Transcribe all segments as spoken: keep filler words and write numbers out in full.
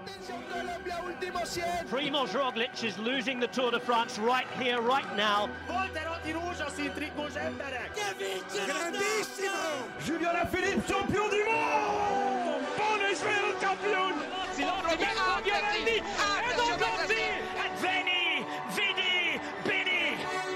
Primoz Roglic is losing the Tour de France right here, right now. Volterotti rózsaszín trikós emberek! Grandissimo! Julien Alaphilippe, champion du monde! Buon Israel champion! Roberto Giovanni, Edo Gozzi, and Veni, Vidi, Bini!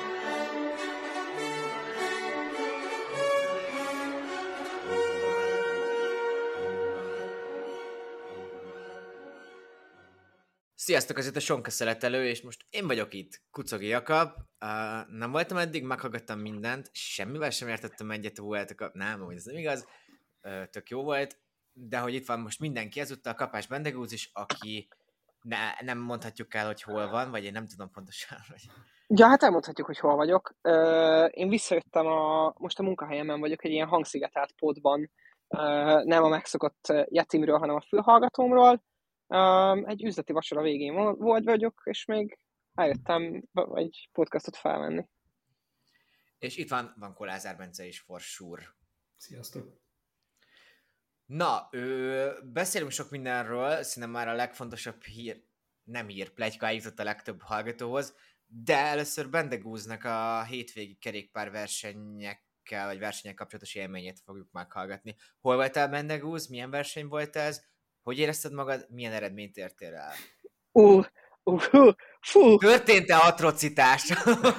Sziasztok, ez itt a Sonka Szeletelő, és most én vagyok itt, Kucogi Jakab. Uh, nem voltam eddig, meghallgattam mindent, semmivel sem értettem egyet a Vuelta, nem, hogy ez nem igaz, uh, tök jó volt, de hogy itt van most mindenki, ezúttal Kapás Bendegúz is, aki ne, nem mondhatjuk el, hogy hol van, vagy én nem tudom pontosan, hogy... Ja, hát elmondhatjuk, hogy hol vagyok. Uh, én visszajöttem, a, most a munkahelyemen vagyok, egy ilyen hangszigetelt podban, uh, nem a megszokott Yetimről, hanem a fülhallgatómról. Um, egy üzleti vacsora végén volt vagyok, és még eljöttem egy podcastot felvenni. És itt van, van Kolázár Bence is, for sure. Sziasztok! Na, ö, beszélünk sok mindenről, szerintem már a legfontosabb hír, nem hír, pletyka jutott a legtöbb hallgatóhoz, de először Bendegúznak a hétvégi kerékpárversenyekkel, vagy versenyek kapcsolatos élményét fogjuk meghallgatni. Hol voltál, Bendegúz? Milyen verseny volt ez? Hogy érezted magad? Milyen eredményt értél el? Uh, uh, uh, fú! Történt-e atrocitás?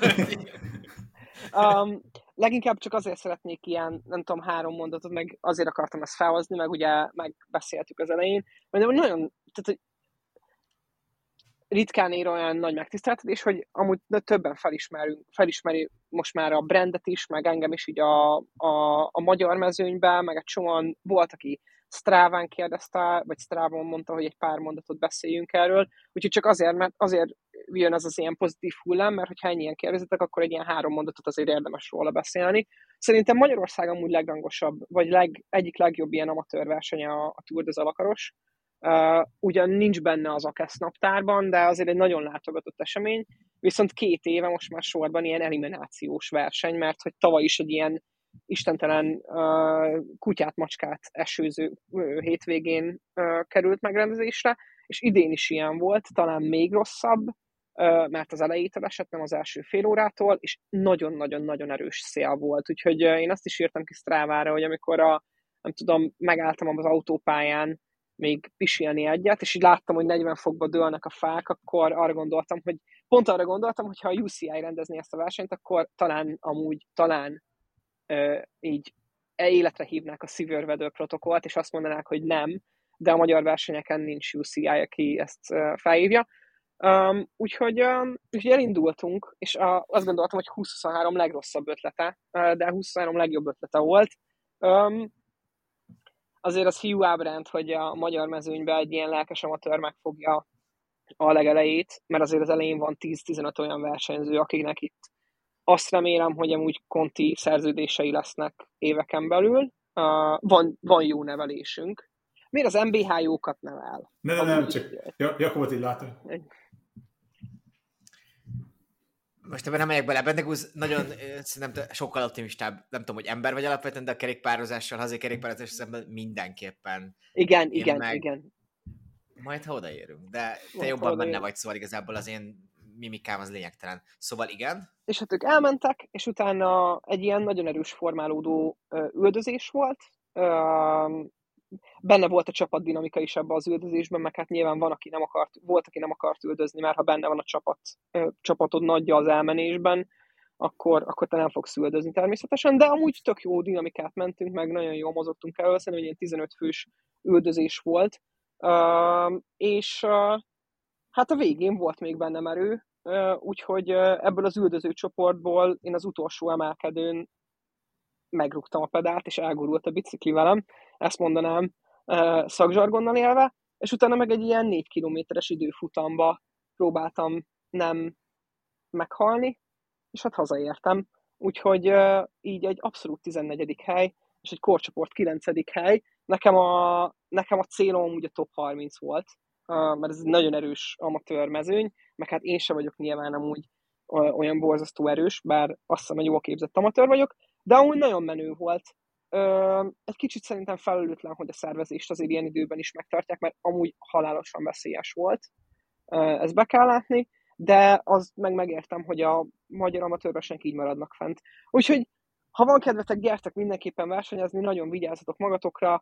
um, leginkább csak azért szeretnék ilyen, nem tudom, három mondatot, meg azért akartam ezt felhozni, meg ugye megbeszéltük az elején, mert nagyon, tehát, hogy ritkán ér olyan nagy megtiszteltetés, hogy amúgy többen felismerünk, felismeri most már a brandet is, meg engem is így a, a, a magyar mezőnyben, meg egy csomóan volt, aki Stráván kérdezte, vagy Strávon mondta, hogy egy pár mondatot beszéljünk erről, úgyhogy csak azért, mert azért jön ez az ilyen pozitív hullám, mert hogyha ennyien kérdezitek, akkor egy ilyen három mondatot azért érdemes róla beszélni. Szerintem Magyarország amúgy legrangosabb, vagy leg, egyik legjobb ilyen amatőr verseny a, a Tour de Zalakaros. Uh, ugyan nincs benne az Akesz naptárban, de azért egy nagyon látogatott esemény, viszont két éve most már sorban ilyen eliminációs verseny, mert hogy tavaly is egy ilyen istentelen uh, kutyát-macskát esőző uh, hétvégén uh, került megrendezésre, és idén is ilyen volt, talán még rosszabb, uh, mert az elejétől esett, nem az első fél órától, és nagyon-nagyon-nagyon erős szél volt, úgyhogy uh, én azt is írtam ki Strávára, hogy amikor a, nem tudom, megálltam az autópályán még pisilni egyet, és így láttam, hogy negyven fokba dőlnek a fák, akkor arra gondoltam, hogy pont arra gondoltam, hogy ha a u cé i rendezné ezt a versenyt, akkor talán amúgy, talán Uh, így életre hívnák a szívőrvedő protokollt, és azt mondanák, hogy nem, de a magyar versenyeken nincs u cé i, aki ezt uh, felhívja. Um, úgyhogy, um, úgyhogy elindultunk, és uh, azt gondoltam, hogy húsz huszonhárom legrosszabb ötlete, uh, de húsz huszonhárom legjobb ötlete volt. Um, azért az hiú ábránt, hogy a magyar mezőnyben egy ilyen lelkes amatőr megfogja a legelejét, mert azért az elején van tíz-tizenöt olyan versenyző, akiknek itt azt remélem, hogy amúgy Conti szerződései lesznek éveken belül. Uh, van, van jó nevelésünk. Miért az em bé há jókat nevel? Nem, nem, nem, csak Jakobot így látom. Most ebben nem megyek bele. Bendegúz nagyon szerintem sokkal optimistább, nem tudom, hogy ember vagy alapvetően, de a kerékpározással, hazai kerékpározással szemben mindenképpen. Igen, igen, meg... igen. Majd ha odaérünk, de te Majd jobban benne vagy, szóval igazából az én mimikám az lényegtelen. Szóval igen. És hát ők elmentek, és utána egy ilyen nagyon erős formálódó üldözés volt. Benne volt a csapatdinamika is ebben az üldözésben, meg hát nyilván van, aki nem akart, volt, aki nem akart üldözni, mert ha benne van a csapat, csapatod nagyja az elmenésben, akkor, akkor te nem fogsz üldözni természetesen, de amúgy tök jó dinamikát mentünk, meg nagyon jól mozogtunk el, szerintem egy ilyen tizenöt fős üldözés volt, és hát a végén volt még bennem erő, úgyhogy ebből az üldöző csoportból én az utolsó emelkedőn megrúgtam a pedált, és elgurult a bicikli velem, ezt mondanám szakzsargonnal élve, és utána meg egy ilyen négy kilométeres időfutamba próbáltam nem meghalni, és hát hazaértem. Úgyhogy így egy abszolút tizennegyedik hely, és egy korcsoport kilencedik hely. Nekem a, nekem a célom ugye a top harminc volt, mert ez egy nagyon erős amatőr mezőny, meg hát én sem vagyok nyilván amúgy olyan borzasztó erős, bár azt hiszem, hogy jól képzett amatőr vagyok, de amúgy nagyon menő volt. ö, egy kicsit szerintem felelőtlen, hogy a szervezést azért ilyen időben is megtartják, mert amúgy halálosan veszélyes volt. Ezt be kell látni, de az meg megértem, hogy a magyar amatőrversenyek így maradnak fent. Úgyhogy, ha van kedvetek, gyertek mindenképpen versenyezni, nagyon vigyázzatok magatokra,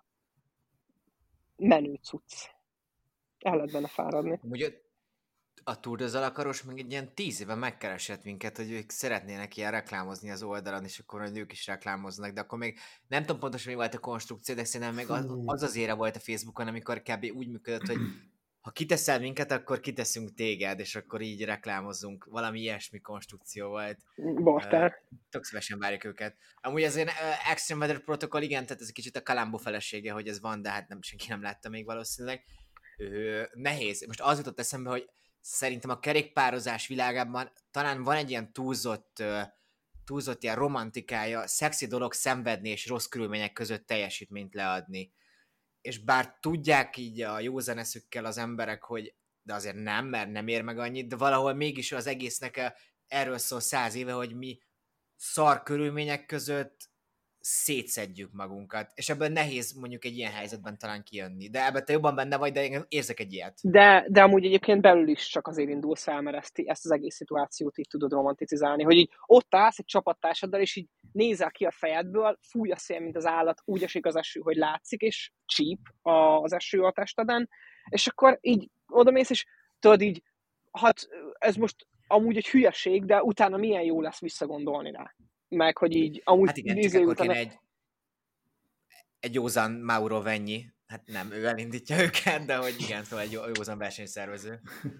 menő cucc. El lehet benne fáradni. Ugye a Tour de Zalakaros még egy ilyen tíz éve megkeresett minket, hogy ők szeretnének ilyen reklámozni az oldalon, és akkor hogy ők is reklámoznak, de akkor még nem tudom pontosan, mi volt a konstrukció, de szerintem még az az, az ére volt a Facebookon, amikor kb. Úgy működött, hogy ha kiteszel minket, akkor kiteszünk téged, és akkor így reklámozzunk. Valami ilyesmi konstrukció volt. Bortál. Uh, tök szívesen várjuk őket. Amúgy azért uh, Extreme Weather Protocol, igen, tehát ez egy kicsit a Columbo felesége, hogy ez van, de hát nem, senki nem látta még valószínűleg. Uh, nehéz. Most az jutott eszembe, hogy szerintem a kerékpározás világában talán van egy ilyen túlzott, uh, túlzott ilyen romantikája, szexi dolog szenvedni és rossz körülmények között teljesítményt leadni. És bár tudják így a józan eszükkel az emberek, hogy de azért nem, mert nem ér meg annyit, de valahol mégis az egésznek erről szól száz éve, hogy mi szar körülmények között szétszedjük magunkat, és ebben nehéz mondjuk egy ilyen helyzetben talán kijönni. De ebben te jobban benne vagy, de én érzek egy ilyet. De, de amúgy egyébként belül is csak azért indulsz el, mert ezt, ezt az egész szituációt így tudod romanticizálni, hogy így ott állsz egy csapattársaddal, és így nézel ki a fejedből, fúj a szél, mint az állat, úgy esik az eső, hogy látszik, és csíp az eső a testeden, és akkor így odamész, és tudod így, hát ez most amúgy egy hülyeség, de utána milyen jó lesz visszagondolni rá. Meg, hogy így amúgy... Hát igen, csak akkor utána... kéne egy, egy józan Mauro Venyi, hát nem, ő elindítja őket, de hogy igen, szóval egy józan versenyszervező.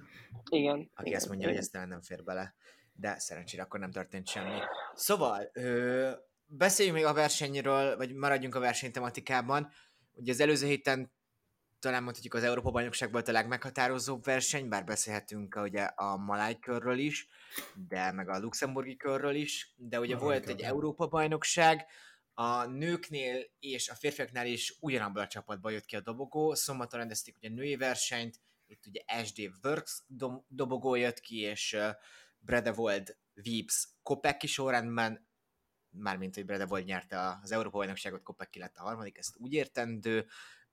Igen. Aki igen, ezt mondja, igen. hogy ezt nem fér bele. De szerencsére akkor nem történt semmi. Szóval, ö, beszéljünk még a versenyről, vagy maradjunk a versenytematikában. Ugye az előző héten talán mondhatjuk az Európa-bajnokság volt a legmeghatározóbb verseny, bár beszélhetünk ugye a Maláj körről is, de meg a luxemburgi körről is, de ugye Maláj volt egy Európa-bajnokság, a nőknél és a férfiaknál is ugyanabban a csapatban jött ki a dobogó, szombaton rendezték ugye női versenyt, itt ugye es dé Works dobogó jött ki, és uh, Bredevold Vips Kopecky sorrendben, mármint, hogy Bredevold nyerte az Európa-bajnokságot, Kopecky lett a harmadik, ezt úgy értendő.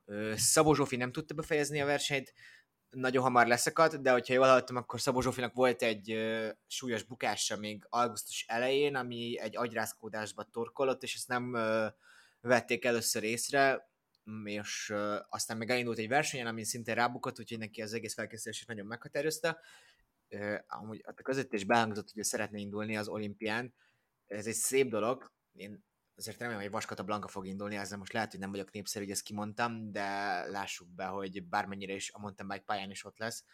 Szabó Zsófi nem tudta befejezni a versenyt, nagyon hamar leszakadt, de hogyha jól hallottam, akkor Szabó Zsófinak volt egy uh, súlyos bukása még augusztus elején, ami egy agyrázkódásba torkolott, és ezt nem uh, vették először észre, és uh, aztán még elindult egy versenyen, ami szintén rábukott, úgyhogy neki az egész felkészülését nagyon meghatározta. Uh, amúgy a között is behangzott, hogy szeretne indulni az olimpián. Ez egy szép dolog. Én azért remélem, hogy Vaskata Blanka fog indulni, ezzel most lehet, hogy nem vagyok népszerű, hogy ezt kimondtam, de lássuk be, hogy bármennyire is a mountain bike pályán is ott lesz,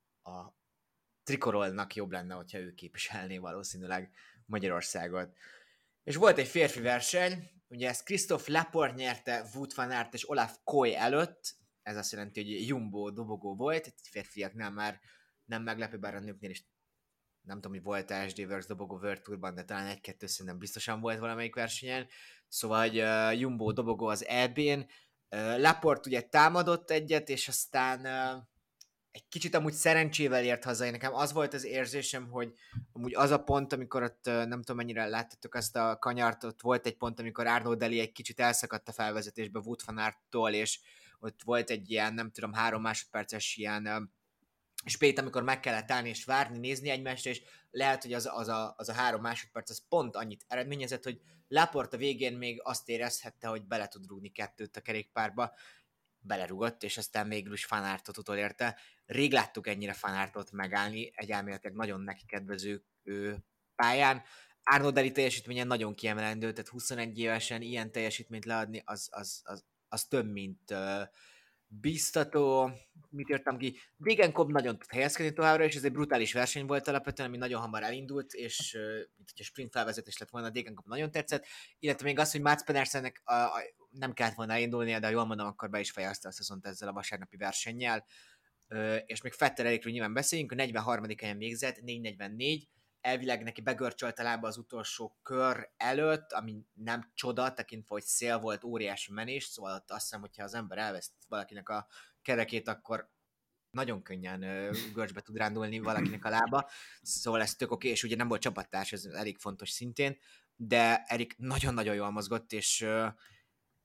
a trikorolnak jobb lenne, hogyha ő képviselné valószínűleg Magyarországot. És volt egy férfi verseny, ugye ezt Christophe Laporte nyerte Wout van Aert és Olaf Koy előtt, ez azt jelenti, hogy jumbo dobogó volt, itt férfiaknál már nem meglepő, bár a nőknél is nem tudom, hogy volt-e es dé Works dobogó World Tourban, de talán egy-kettő szerintem biztosan volt valamelyik versenyen. Szóval hogy uh, Jumbo dobogó az é bén. Uh, Laporte ugye támadott egyet, és aztán uh, egy kicsit amúgy szerencsével ért haza. Nekem az volt az érzésem, hogy amúgy az a pont, amikor ott, uh, nem tudom mennyire láttatok azt a kanyart, ott volt egy pont, amikor Arnaud Deli egy kicsit elszakadt a felvezetésbe Wout van Aerttól, és ott volt egy ilyen, nem tudom, három másodperces ilyen uh, spét, amikor meg kellett állni és várni, nézni egymásra, és lehet, hogy az, az, a, az a három másodperc az pont annyit eredményezett, hogy Laporte a végén még azt érezhette, hogy bele tud rúgni kettőt a kerékpárba, belerugott, és aztán végül is Van Aertot utolérte. Rég láttuk ennyire Van Aertot megállni, egy elméletileg nagyon neki kedvező ő, pályán. Arnaud Deli teljesítménye nagyon kiemelendő, tehát huszonegy évesen ilyen teljesítményt leadni, az, az, az, az több, mint uh, biztató, mit írtam ki, Degenkolb nagyon tud helyezkedni továbbra, és ez egy brutális verseny volt alapvetően, ami nagyon hamar elindult, és uh, mint hogyha sprint felvezetés lett volna, Degenkolb nagyon tetszett, illetve még az, hogy Mats Pedersennek uh, nem kellett volna elindulnia, de ha jól mondom, akkor be is fejezte a szezont ezzel a vasárnapi versennyel, uh, és még Vettel Erikről nyilván beszéljünk, a negyvenharmadik helyen végzett, négy negyvennégy, elvileg neki begörcsölt a lába az utolsó kör előtt, ami nem csoda, tekintve, hogy szél volt, óriási menés, szóval ott azt hiszem, hogyha az ember elveszt valakinek a kerekét, akkor nagyon könnyen uh, görcsbe tud rándulni valakinek a lába, szóval ez tök oké, és ugye nem volt csapattárs, ez elég fontos szintén, de Erik nagyon-nagyon jól mozgott, és uh,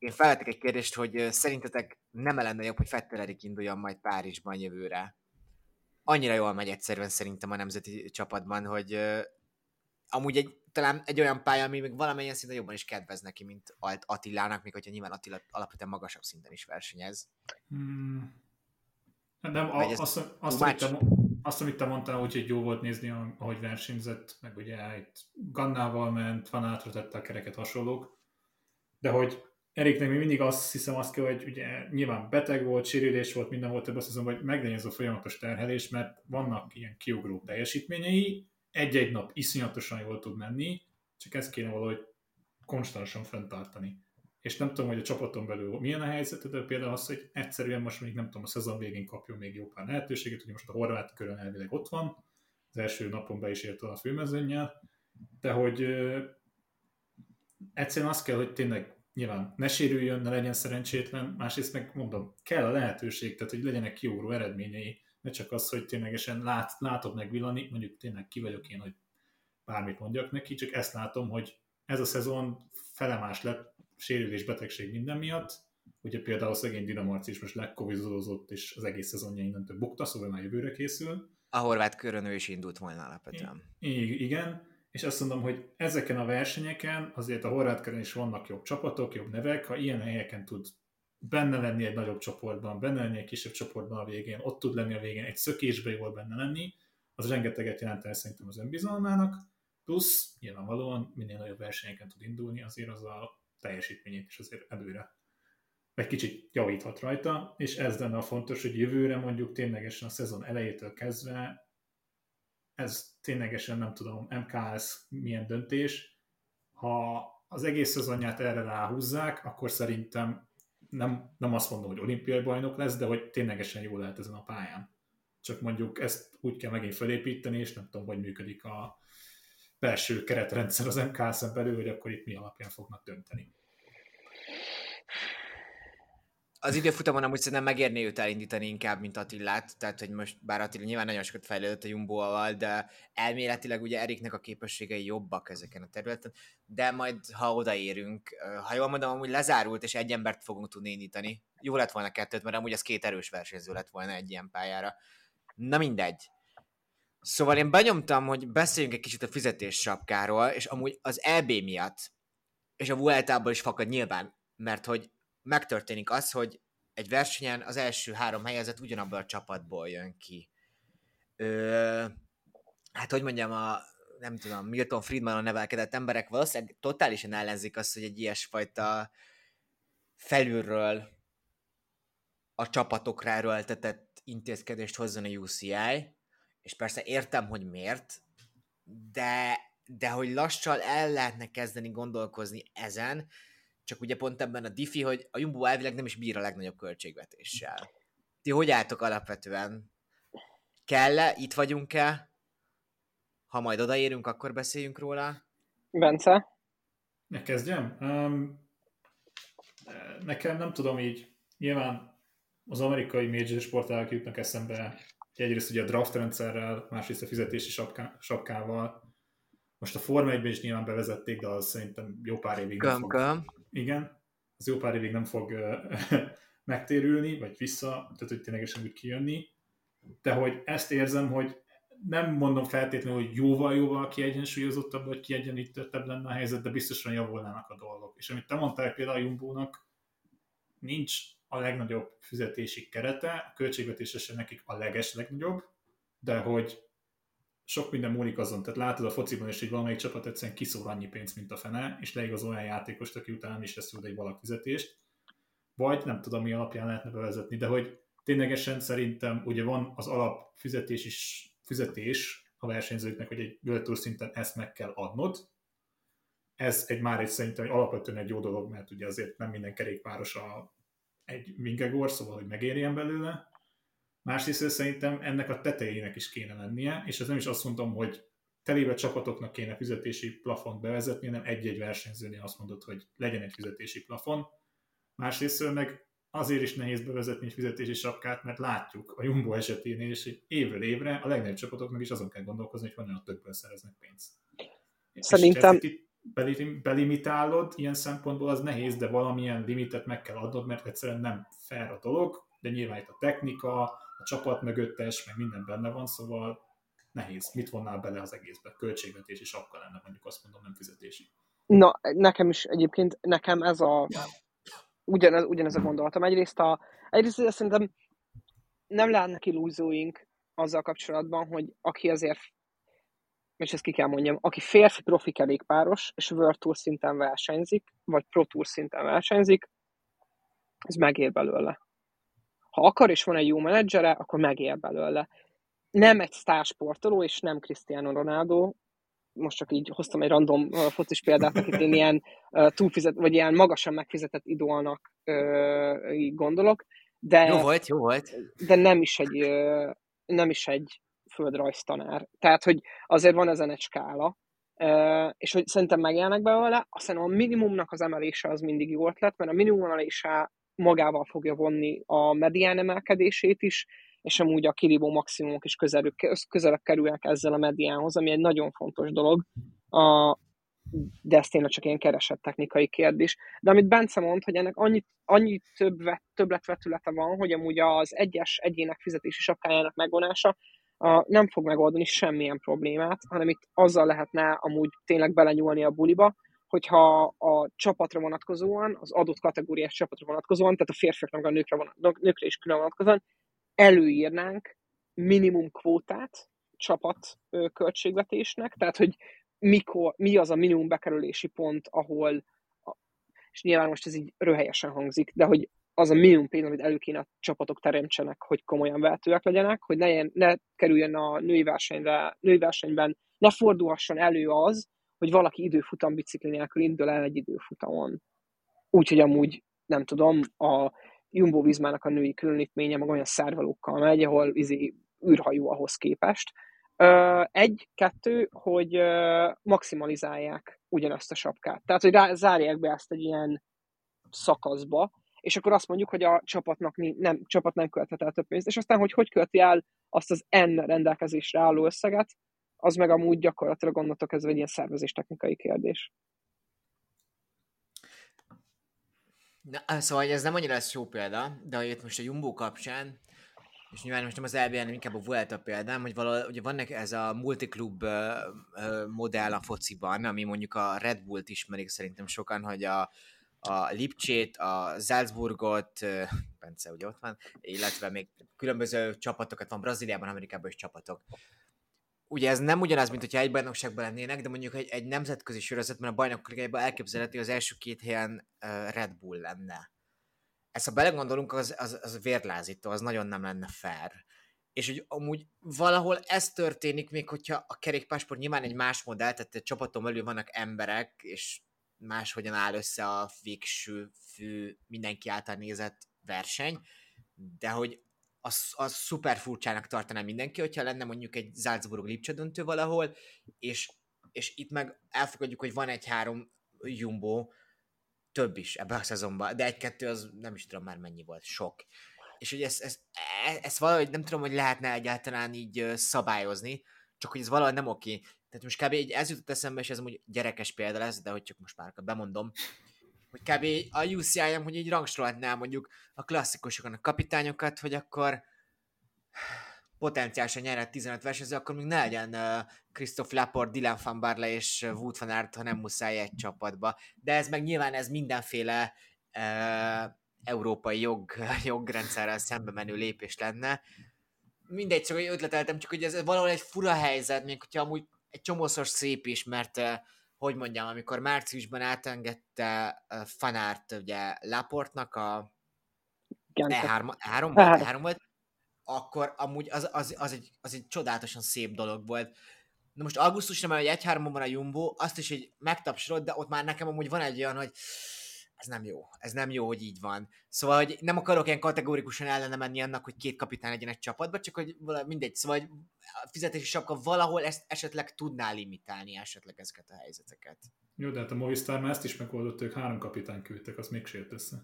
én felvettek egy kérdést, hogy szerintetek nem lenne jobb, hogy Vettel Erik induljon majd Párizsban jövőre. Annyira jól megy egyszerűen szerintem a nemzeti csapatban, hogy uh, amúgy egy, talán egy olyan pálya, ami még valamilyen szinten jobban is kedvez neki, mint Attilának, még hogyha nyilván Attila alapvetően magasabb szinten is versenyez. Hmm. Nem, a, ez azt, azt, amit te, azt, amit te mondtál, hogy jó volt nézni, ahogy versenyzett, meg ugye itt Gannával ment, Van Aertről tette a kereket, hasonlók, de hogy Eriknek még mindig azt hiszem azt kell, hogy ugye nyilván beteg volt, sérülés volt, minden volt, azt hiszem, hogy meglegyen ez a folyamatos terhelés, mert vannak ilyen kiugró teljesítményei, egy-egy nap iszonyatosan jól tud menni, csak ezt kéne valahogy konstansan fenntartani. És nem tudom, hogy a csapaton belül milyen a helyzet, de például az, hogy egyszerűen most még nem tudom, a szezon végén kapjon még jó pár lehetőséget, ugye most a horvát körön elvileg ott van, az első napon be is ért a főmezőnnyel, de hogy ö, egyszerűen azt kell, hogy tényleg nyilván ne sérüljön, ne legyen szerencsétlen, másrészt meg mondom, kell a lehetőség, tehát hogy legyenek kiugró eredményei, ne csak az, hogy ténylegesen lát, látod megvillani, mondjuk tényleg ki vagyok én, hogy bármit mondjak neki, csak ezt látom, hogy ez a szezon felemás lett sérülés, betegség minden miatt, ugye például a szegény Dinamarci is most lekovizolózott, és az egész szezonja innentől bukta, szóval már jövőre készül. A horvát körön ő is indult volna alapvetően. I- igen, és azt mondom, hogy ezeken a versenyeken azért a horvát körön is vannak jobb csapatok, jobb nevek, ha ilyen helyeken tud benne lenni egy nagyobb csoportban, benne lenni egy kisebb csoportban a végén, ott tud lenni a végén egy szökésbe jól benne lenni, az rengeteget jelentene szerintem az önbizalmának, plusz nyilvánvalóan minél nagyobb versenyeken tud indulni, azért az a teljesítményét is azért előre egy kicsit javíthat rajta, és ez lenne a fontos, hogy jövőre mondjuk ténylegesen a szezon elejétől kezdve ez ténylegesen nem tudom, em ká es milyen döntés, ha az egész szezonját erre ráhúzzák, akkor szerintem nem, nem azt mondom, hogy olimpiai bajnok lesz, de hogy ténylegesen jól lehet ezen a pályán. Csak mondjuk ezt úgy kell megint felépíteni, és nem tudom, hogy működik a belső keretrendszer az em ká es-en belül, hogy akkor itt mi alapján fognak dönteni. Az időfutamon amúgy szerintem megérné őt elindítani inkább, mint Attilát, tehát hogy most bár Attila nyilván nagyon sokat fejlődött a Jumbo-val, de elméletileg ugye Eriknek a képességei jobbak ezeken a területen, de majd ha odaérünk, ha jól mondom, amúgy lezárult, és egy embert fogunk tudni indítani. Jó lett volna kettőt, mert amúgy az két erős versenyző lett volna egy ilyen pályára. Na mindegy. Szóval én benyomtam, hogy beszéljünk egy kicsit a fizetéssapkáról, és amúgy az é bé miatt, és a Vueltából is fakad nyilván, mert hogy megtörténik az, hogy egy versenyen az első három helyezett ugyanabban a csapatból jön ki. Ö, hát hogy mondjam, a, nem tudom, Milton Friedmanon nevelkedett emberek valószínűleg totálisan ellenzik azt, hogy egy ilyesfajta felülről a csapatokra erőltetett intézkedést hozzon a u cé i, és persze értem, hogy miért, de, de hogy lassan el lehetne kezdeni gondolkozni ezen, csak ugye pont ebben a diffi, hogy a Jumbo elvileg nem is bír a legnagyobb költségvetéssel. Ti hogy álltok alapvetően? Kell-e? Itt vagyunk-e? Ha majd odaérünk, akkor beszéljünk róla. Bence? Ne kezdjem? Um, nekem nem tudom így, nyilván az amerikai major sportágak jutnak eszembe, egyrészt ugye a draft rendszerrel, másrészt a fizetési sapká, sapkával. Most a Forma egyben is nyilván bevezették, de az szerintem jó pár évig nem fog... Köm. Igen, az jó pár évig nem fog uh, megtérülni, vagy vissza, tehát hogy ténylegesen úgy kijönni. De hogy ezt érzem, hogy nem mondom feltétlenül, hogy jóval-jóval kiegyensúlyozottabb, vagy kiegyenlítettebb lenne a helyzet, de biztosan javulnának a dolgok. És amit te mondtál, például a Jumbónak nincs a legnagyobb fizetési kerete, a költségvetésesen nekik a leges legnagyobb, de hogy sok minden múlik azon. Tehát látod a fociban is, hogy valamelyik csapat egyszerűen kiszól annyi pénzt, mint a fene, és leigaz olyan játékost, aki utána nem is lesz oda egy valak fizetést. Vagy nem tudom, mi alapján lehetne bevezetni, de hogy ténylegesen szerintem ugye van az alap fizetés is, fizetés a versenyzőknek, hogy egy World Tour szinten ezt meg kell adnod. Ez egy már egy szerintem egy alapvetően egy jó dolog, mert ugye azért nem minden kerékpáros a, egy Vingegaard, szóval hogy megérjen belőle. Másrészt szerintem ennek a tetejének is kéne lennie, és ez nem is azt mondom, hogy telébe csapatoknak kéne fizetési plafont bevezetni, hanem egy-egy versenyzőnél azt mondod, hogy legyen egy fizetési plafon. Másrészt meg azért is nehéz bevezetni egy fizetési sapkát, mert látjuk a Jumbo eseténél is, hogy évről évre a legnagyobb csapatoknak is azon kell gondolkozni, hogy honnan a többől szereznek pénzt. Szerintem... És belimitálod ilyen szempontból, az nehéz, de valamilyen limitet meg kell adnod, mert egyszerűen nem fair a dolog, de nyilván itt a technika, a csapat mögöttes, meg minden benne van, szóval nehéz. Mit vonnál bele az egészbe? Költségvetési sapka lenne, mondjuk azt mondom, nem fizetési. Na, nekem is egyébként, nekem ez a ugyanez, ugyanez a gondolatom. Egyrészt, a, egyrészt szerintem nem lehetnek illúzióink azzal kapcsolatban, hogy aki azért, és ezt ki kell mondjam, aki férfi profi kerékpáros, és World Tour szinten versenyzik, vagy Pro Tour szinten versenyzik, ez megér belőle. Ha akar, és van egy jó menedzsere, akkor megér belőle. Nem egy sztársportoló, és nem Cristiano Ronaldo, most csak így hoztam egy random uh, focis példát, akit én ilyen uh, túlfizet, vagy ilyen magasan megfizetett idolnak uh, így gondolok, de, jó volt, jó volt. de nem is egy, uh, nem is egy földrajztanár. Tehát, hogy azért van ezen egy skála, uh, és hogy szerintem megjelennek belőle, aztán a minimumnak az emelése az mindig jó ötlet, mert a minimum emelése magával fogja vonni a medián emelkedését is, és amúgy a kirívó maximumok is közelebb, közelebb kerülnek ezzel a mediánhoz, ami egy nagyon fontos dolog, a, de ez tényleg csak ilyen keresett technikai kérdés. De amit Bence mond, hogy ennek annyi, annyi több, többletvetülete van, hogy amúgy az egyes egyének fizetési sapkájának megvonása a, nem fog megoldani semmilyen problémát, hanem itt azzal lehetne amúgy tényleg belenyúlni a buliba, hogyha a csapatra vonatkozóan, az adott kategóriás csapatra vonatkozóan, tehát a férfiaknak a nőkre, vonat, nőkre is külön vonatkozóan, előírnánk minimum kvótát csapat költségvetésnek, tehát hogy mikor, mi az a minimum bekerülési pont, ahol, és nyilván most ez így röhelyesen hangzik, de hogy az a minimum pénz, amit elő kéne a csapatok teremtsenek, hogy komolyan vehetőek legyenek, hogy ne, ne kerüljön a női versenyre, női versenyben, ne fordulhasson elő az, hogy valaki időfutam bicikli nélkül indul el egy időfutamon. Úgyhogy amúgy, nem tudom, a Jumbo-Vismának a női különítménye meg olyan szervelókkal megy, ahol izé, űrhajó ahhoz képest. Egy, kettő, hogy maximalizálják ugyanazt a sapkát. Tehát, hogy rá, zárják be ezt egy ilyen szakaszba, és akkor azt mondjuk, hogy a csapatnak nem, csapat nem költhet el több pénzt, és aztán, hogy hogy költi el azt az N rendelkezésre álló összeget, az meg amúgy gyakorlatilag onnantól kezdve egy ilyen szervezéstechnikai kérdés. Na, szóval ez nem annyira lesz jó példa, de hogy itt most a Jumbo kapcsán, és nyilván most nem az el bé en, hanem inkább a Vuelta példám, hogy valahol, ugye vannak ez a multiklub uh, uh, modell a fociban, ami mondjuk a Red Bullt ismerik szerintem sokan, hogy a, a Lipcsét, a Salzburgot, uh, Bence ugye ott van, illetve még különböző csapatokat van Brazíliában, Amerikában is csapatok. Ugye ez nem ugyanaz, mint hogyha egy bajnokságban lennének, de mondjuk egy, egy nemzetközi sorozat, mert a bajnokok ligájában elképzelhető, hogy az első két helyen uh, Red Bull lenne. Ezt ha belegondolunk, az, az, az vérlázító, az nagyon nem lenne fair. És hogy amúgy valahol ez történik, még hogyha a kerékpársport nyilván egy más modell, tehát egy csapaton belül vannak emberek, és máshogyan áll össze a végső fő, mindenki által nézett verseny, de hogy az, az szuper furcsának tartaná mindenki, hogyha lenne mondjuk egy Salzburg-Lipcse döntő valahol, és, és itt meg elfogadjuk, hogy van egy-három Jumbo, több is ebben a szezonban, de egy-kettő az nem is tudom már mennyi volt, sok. És hogy ezt, ezt, ezt valahogy nem tudom, hogy lehetne egyáltalán így szabályozni, csak hogy ez valahogy nem oké. Tehát most kb. Ez jutott eszembe, és ez amúgy gyerekes példa lesz, de hogy csak most már bemondom, hogy kb. A u cé i-em, hogy így rangsorolhatnál mondjuk a klasszikusokon a kapitányokat, hogy akkor potenciálisan nyerhet tizenöt versenyző, akkor még ne legyen uh, Christophe Laporte, Dylan van Barle és Wout van Aert, ha nem muszáj egy csapatba. De ez meg nyilván ez mindenféle uh, európai jog, jogrendszerrel szembe menő lépés lenne. Mindegy, csak hogy ötleteltem, csak hogy ez valahol egy fura helyzet, még hogyha amúgy egy csomószor szép is, mert uh, hogy mondjam, amikor márciusban átengedte uh, Van Aert ugye Laporte-nak a E három, E három volt, E három volt, akkor amúgy az, az, az, egy, az egy csodálatosan szép dolog volt. Na most augusztusra már egy háromban van a Jumbo, azt is így megtapsolod, de ott már nekem amúgy van egy olyan, hogy ez nem jó, ez nem jó, hogy így van. Szóval, hogy nem akarok ilyen kategórikusan ellene menni annak, hogy két kapitány legyen egy csapatban, csak hogy mindegy, szóval hogy a fizetési sapka valahol ezt esetleg tudná limitálni esetleg ezeket a helyzeteket. Jó, de hát a Movistar már ezt is megoldott, ők három kapitány küldtek, az még sért össze.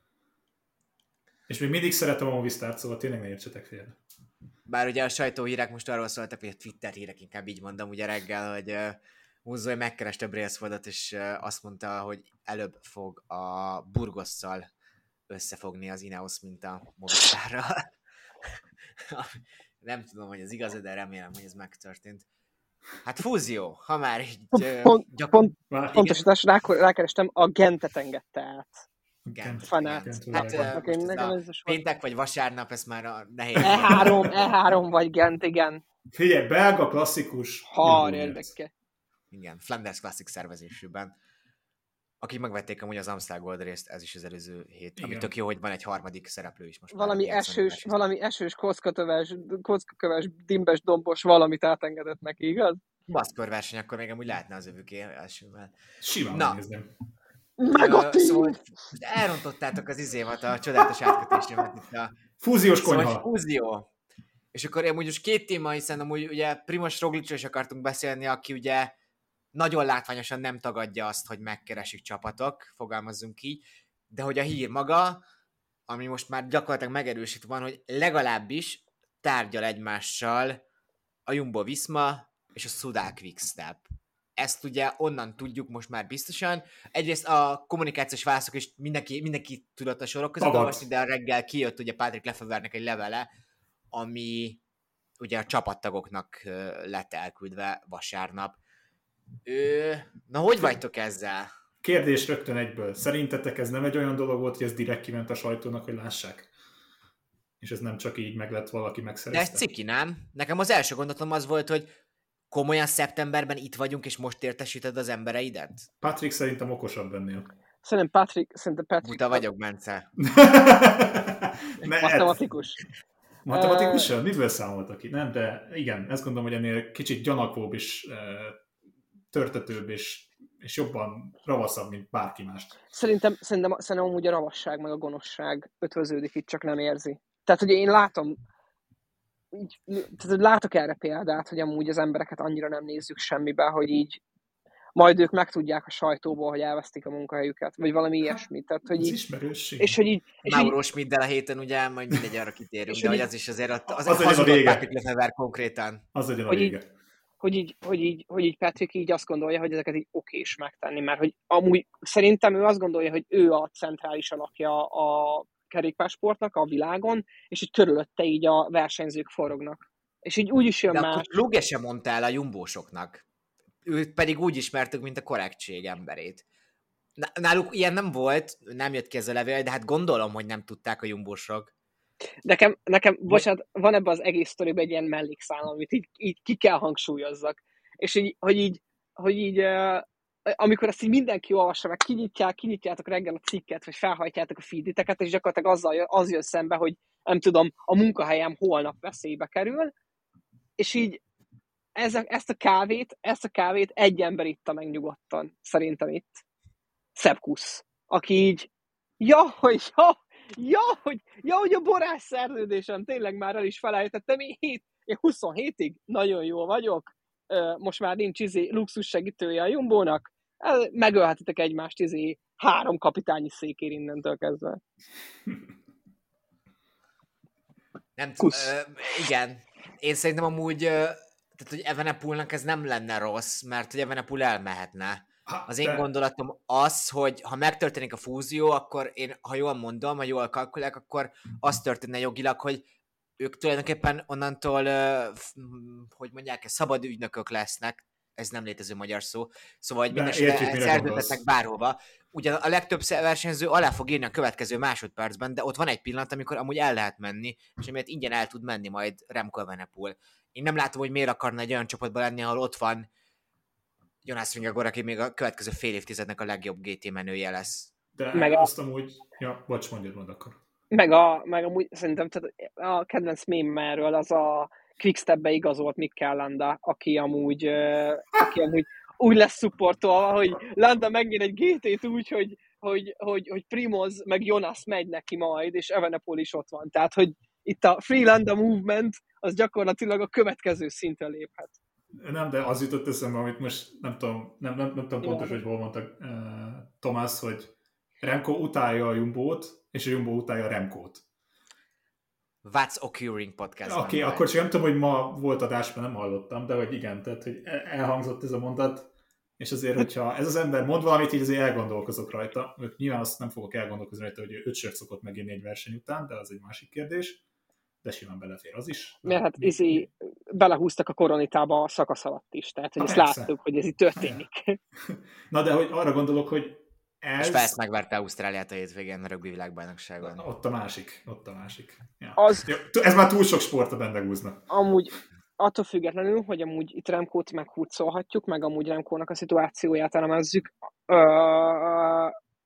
És még mindig szeretem a Movistart, szóval tényleg ne értsetek félre. Bár ugye a sajtóhírek most arról szóltak, hogy a Twitter hírek, inkább így mondom ugye reggel, hogy, Húzói megkereste Brailsfordot, és azt mondta, hogy előbb fog a Burgosszal összefogni az Ineos, mint a Movistarral. Nem tudom, hogy ez igaz, de remélem, hogy ez megtörtént. Hát fúzió, ha már így... Pont, gyakor... pont, pontosítás, rá, rákerestem, a Gentet engedte át. Gent. Fanát. Hát uh, péntek vagy vasárnap, ez már a nehéz. E három, E három vagy Gent, igen. Figyelj, belga klasszikus. Ha, érdeke. Igen, Flanders Classic szervezésében. Akik megvették amúgy az Amstel Gold részt, ez is az előző hét. Igen. Ami tök jó, hogy van egy harmadik szereplő is most. Valami esős, valami esős, kockatöves, kockaköves, dimbes, dombos valamit átengedett neki, igaz? Baszkor verseny, akkor még amúgy lehetne az övük elsővel. Simán megnézném. Meg a tím! Szóval elrontottátok az izémat, a csodálatos átkötésémet itt a... Fúziós konyha. Szóval fúzió. És akkor amúgy most két téma, hiszen amúgy ugye Primoz Roglicról is akartunk beszélni, aki ugye nagyon látványosan nem tagadja azt, hogy megkeresik csapatok, fogalmazzunk így, de hogy a hír maga, ami most már gyakorlatilag megerősít van, hogy legalábbis tárgyal egymással a Jumbo-Visma és a Soudal Quick-Step. Ezt ugye onnan tudjuk most már biztosan. Egyrészt a kommunikációs válaszok is mindenki, mindenki tudott a sorok között olvasni, de a reggel kijött ugye Patrick Lefevernek egy levele, ami ugye a csapattagoknak lett elküldve vasárnap. Ő... Na, hogy vagytok ezzel? Kérdés rögtön egyből. Szerintetek ez nem egy olyan dolog volt, hogy ez direkt kiment a sajtónak, hogy lássák? És ez nem csak így meg lett valaki megszerezte? De ez ciki, nem? Nekem az első gondolatom az volt, hogy komolyan szeptemberben itt vagyunk, és most értesíted az embereidet? Patrick szerintem okosabb ennél. Szerintem Patrick... Szerintem Patrick... Buta vagyok, Bence. Matematikus. Matematikusan? Uh... Miből számoltak ki? Nem, de igen, ezt gondolom, hogy ennél kicsit gyanakvóbb és uh, törtetőbb és, és jobban ravaszabb, mint bárki mást. Szerintem, szerintem, szerintem amúgy a ravasság meg a gonoszság ötvöződik itt, csak nem érzi. Tehát ugye én látom, így, tehát látok erre példát, hogy amúgy az embereket annyira nem nézzük semmibe, hogy így majd ők megtudják a sajtóból, hogy elvesztik a munkahelyüket, vagy valami ilyesmit. Tehát, hogy így, és hogy így... Mauro Schmiddel a héten ugye, majd mindegy, arra kitérünk, de hogy az is azért ott, az, az, az hazudott Patrick Lefevere konkrétan. Az legyen a vége. Hogy így, hogy, így, hogy, így, hogy így Patrick így azt gondolja, hogy ezeket így okés megtenni, mert hogy amúgy szerintem ő azt gondolja, hogy ő a centrális alapja a kerékpársportnak a világon, és hogy körülötte így a versenyzők forognak. És így úgy is jön de más. akkor Kluge sem mondta el a jumbósoknak. Őt pedig úgy ismertük, mint a korrektség emberét. Náluk ilyen nem volt, nem jött ki ez a levél, de hát gondolom, hogy nem tudták a jumbósok. Nekem, nekem bocsánat, van ebben az egész sztoriban egy ilyen mellékszál, amit így, így ki kell hangsúlyozzak. És így, hogy így, hogy így uh, amikor azt így mindenki olvassa, meg kinyitják, kinyitjátok reggel a cikket, vagy felhajtjátok a feediteket, és gyakorlatilag azzal, az jön szembe, hogy nem tudom, a munkahelyem holnap veszélybe kerül, és így ez a, ezt a kávét, ezt a kávét egy ember itta meg nyugodtan, szerintem itt. Szepkusz, aki így, ja, hogy, ja, ja, hogy, ja, hogy a borás szerződésem tényleg már el is felejtettem, én, hét, én huszonhétig nagyon jó vagyok, most már nincs izé luxus segítője a Jumbónak, megölhetitek egymást izé három kapitányi székér innentől kezdve. Nem tudom, igen. Én szerintem amúgy, ö, tehát hogy Evenepoelnak ez nem lenne rossz, mert hogy Evenepoel elmehetne. Az én gondolatom az, hogy ha megtörténik a fúzió, akkor én, ha jól mondom, ha jól kalkulálok, akkor az történne jogilag, hogy ők tulajdonképpen onnantól, hogy mondják, szabad ügynökök lesznek, ez nem létező magyar szó, szóval hogy mindenesetre szerződtetnek bárhova. Ugyan a legtöbb versenyző alá fog írni a következő másodpercben, de ott van egy pillanat, amikor amúgy el lehet menni, és amiért ingyen el tud menni majd Remco Evenepoel. Én nem látom, hogy miért akarna egy olyan csapatban lenni, ahol ott van Jonas Vingegaard, aki még a következő fél évtizednek a legjobb gé té menője lesz. De meg azt amúgy... Ja, bocs, mondjad, mondd akkor. Meg, a, meg amúgy szerintem tehát a kedvenc meme erről az a Quickstepbe igazolt Mikel Landa, aki amúgy, aki amúgy úgy lesz szupportolva, hogy Landa megnyer egy gé tét úgy, hogy, hogy, hogy, hogy Primoz meg Jonas megy neki majd, és Evenepoel is ott van. Tehát, hogy itt a Free Landa movement az gyakorlatilag a következő szintre léphet. Nem, de az jutott eszembe, amit most nem tudom, nem, nem, nem tudom pontos, hogy hol mondtak uh, Tomás, hogy Remco utálja a Jumbót, és a Jumbo utálja a Remcót. What's Occurring podcast. Oké, okay, akkor csak nem tudom, hogy ma volt adásban, nem hallottam, de hogy igen, tehát hogy elhangzott ez a mondat. és azért, hogyha ez az ember mond valamit, így azért elgondolkozok rajta. Nyilván azt nem fogok elgondolkozni rajta, hogy ő öt sört szokott meginni egy verseny után, de az egy másik kérdés. De simán belefér az is. Mert hát izé, belehúztak a koronitába a szakasz alatt is, tehát hogy Na ezt persze. láttuk, hogy ez itt történik. Na de hogy arra gondolok, hogy ez... És persze megverte Ausztráliát a hétvégén a rögbi világbajnokságon. Ott a másik, ott a másik. Ja. Az... Jó, ez már túl sok sport a Bendegúznak. Amúgy attól függetlenül, hogy amúgy itt Remkót meghurcolhatjuk, meg amúgy Remkónak a szituációját elemezzük, uh,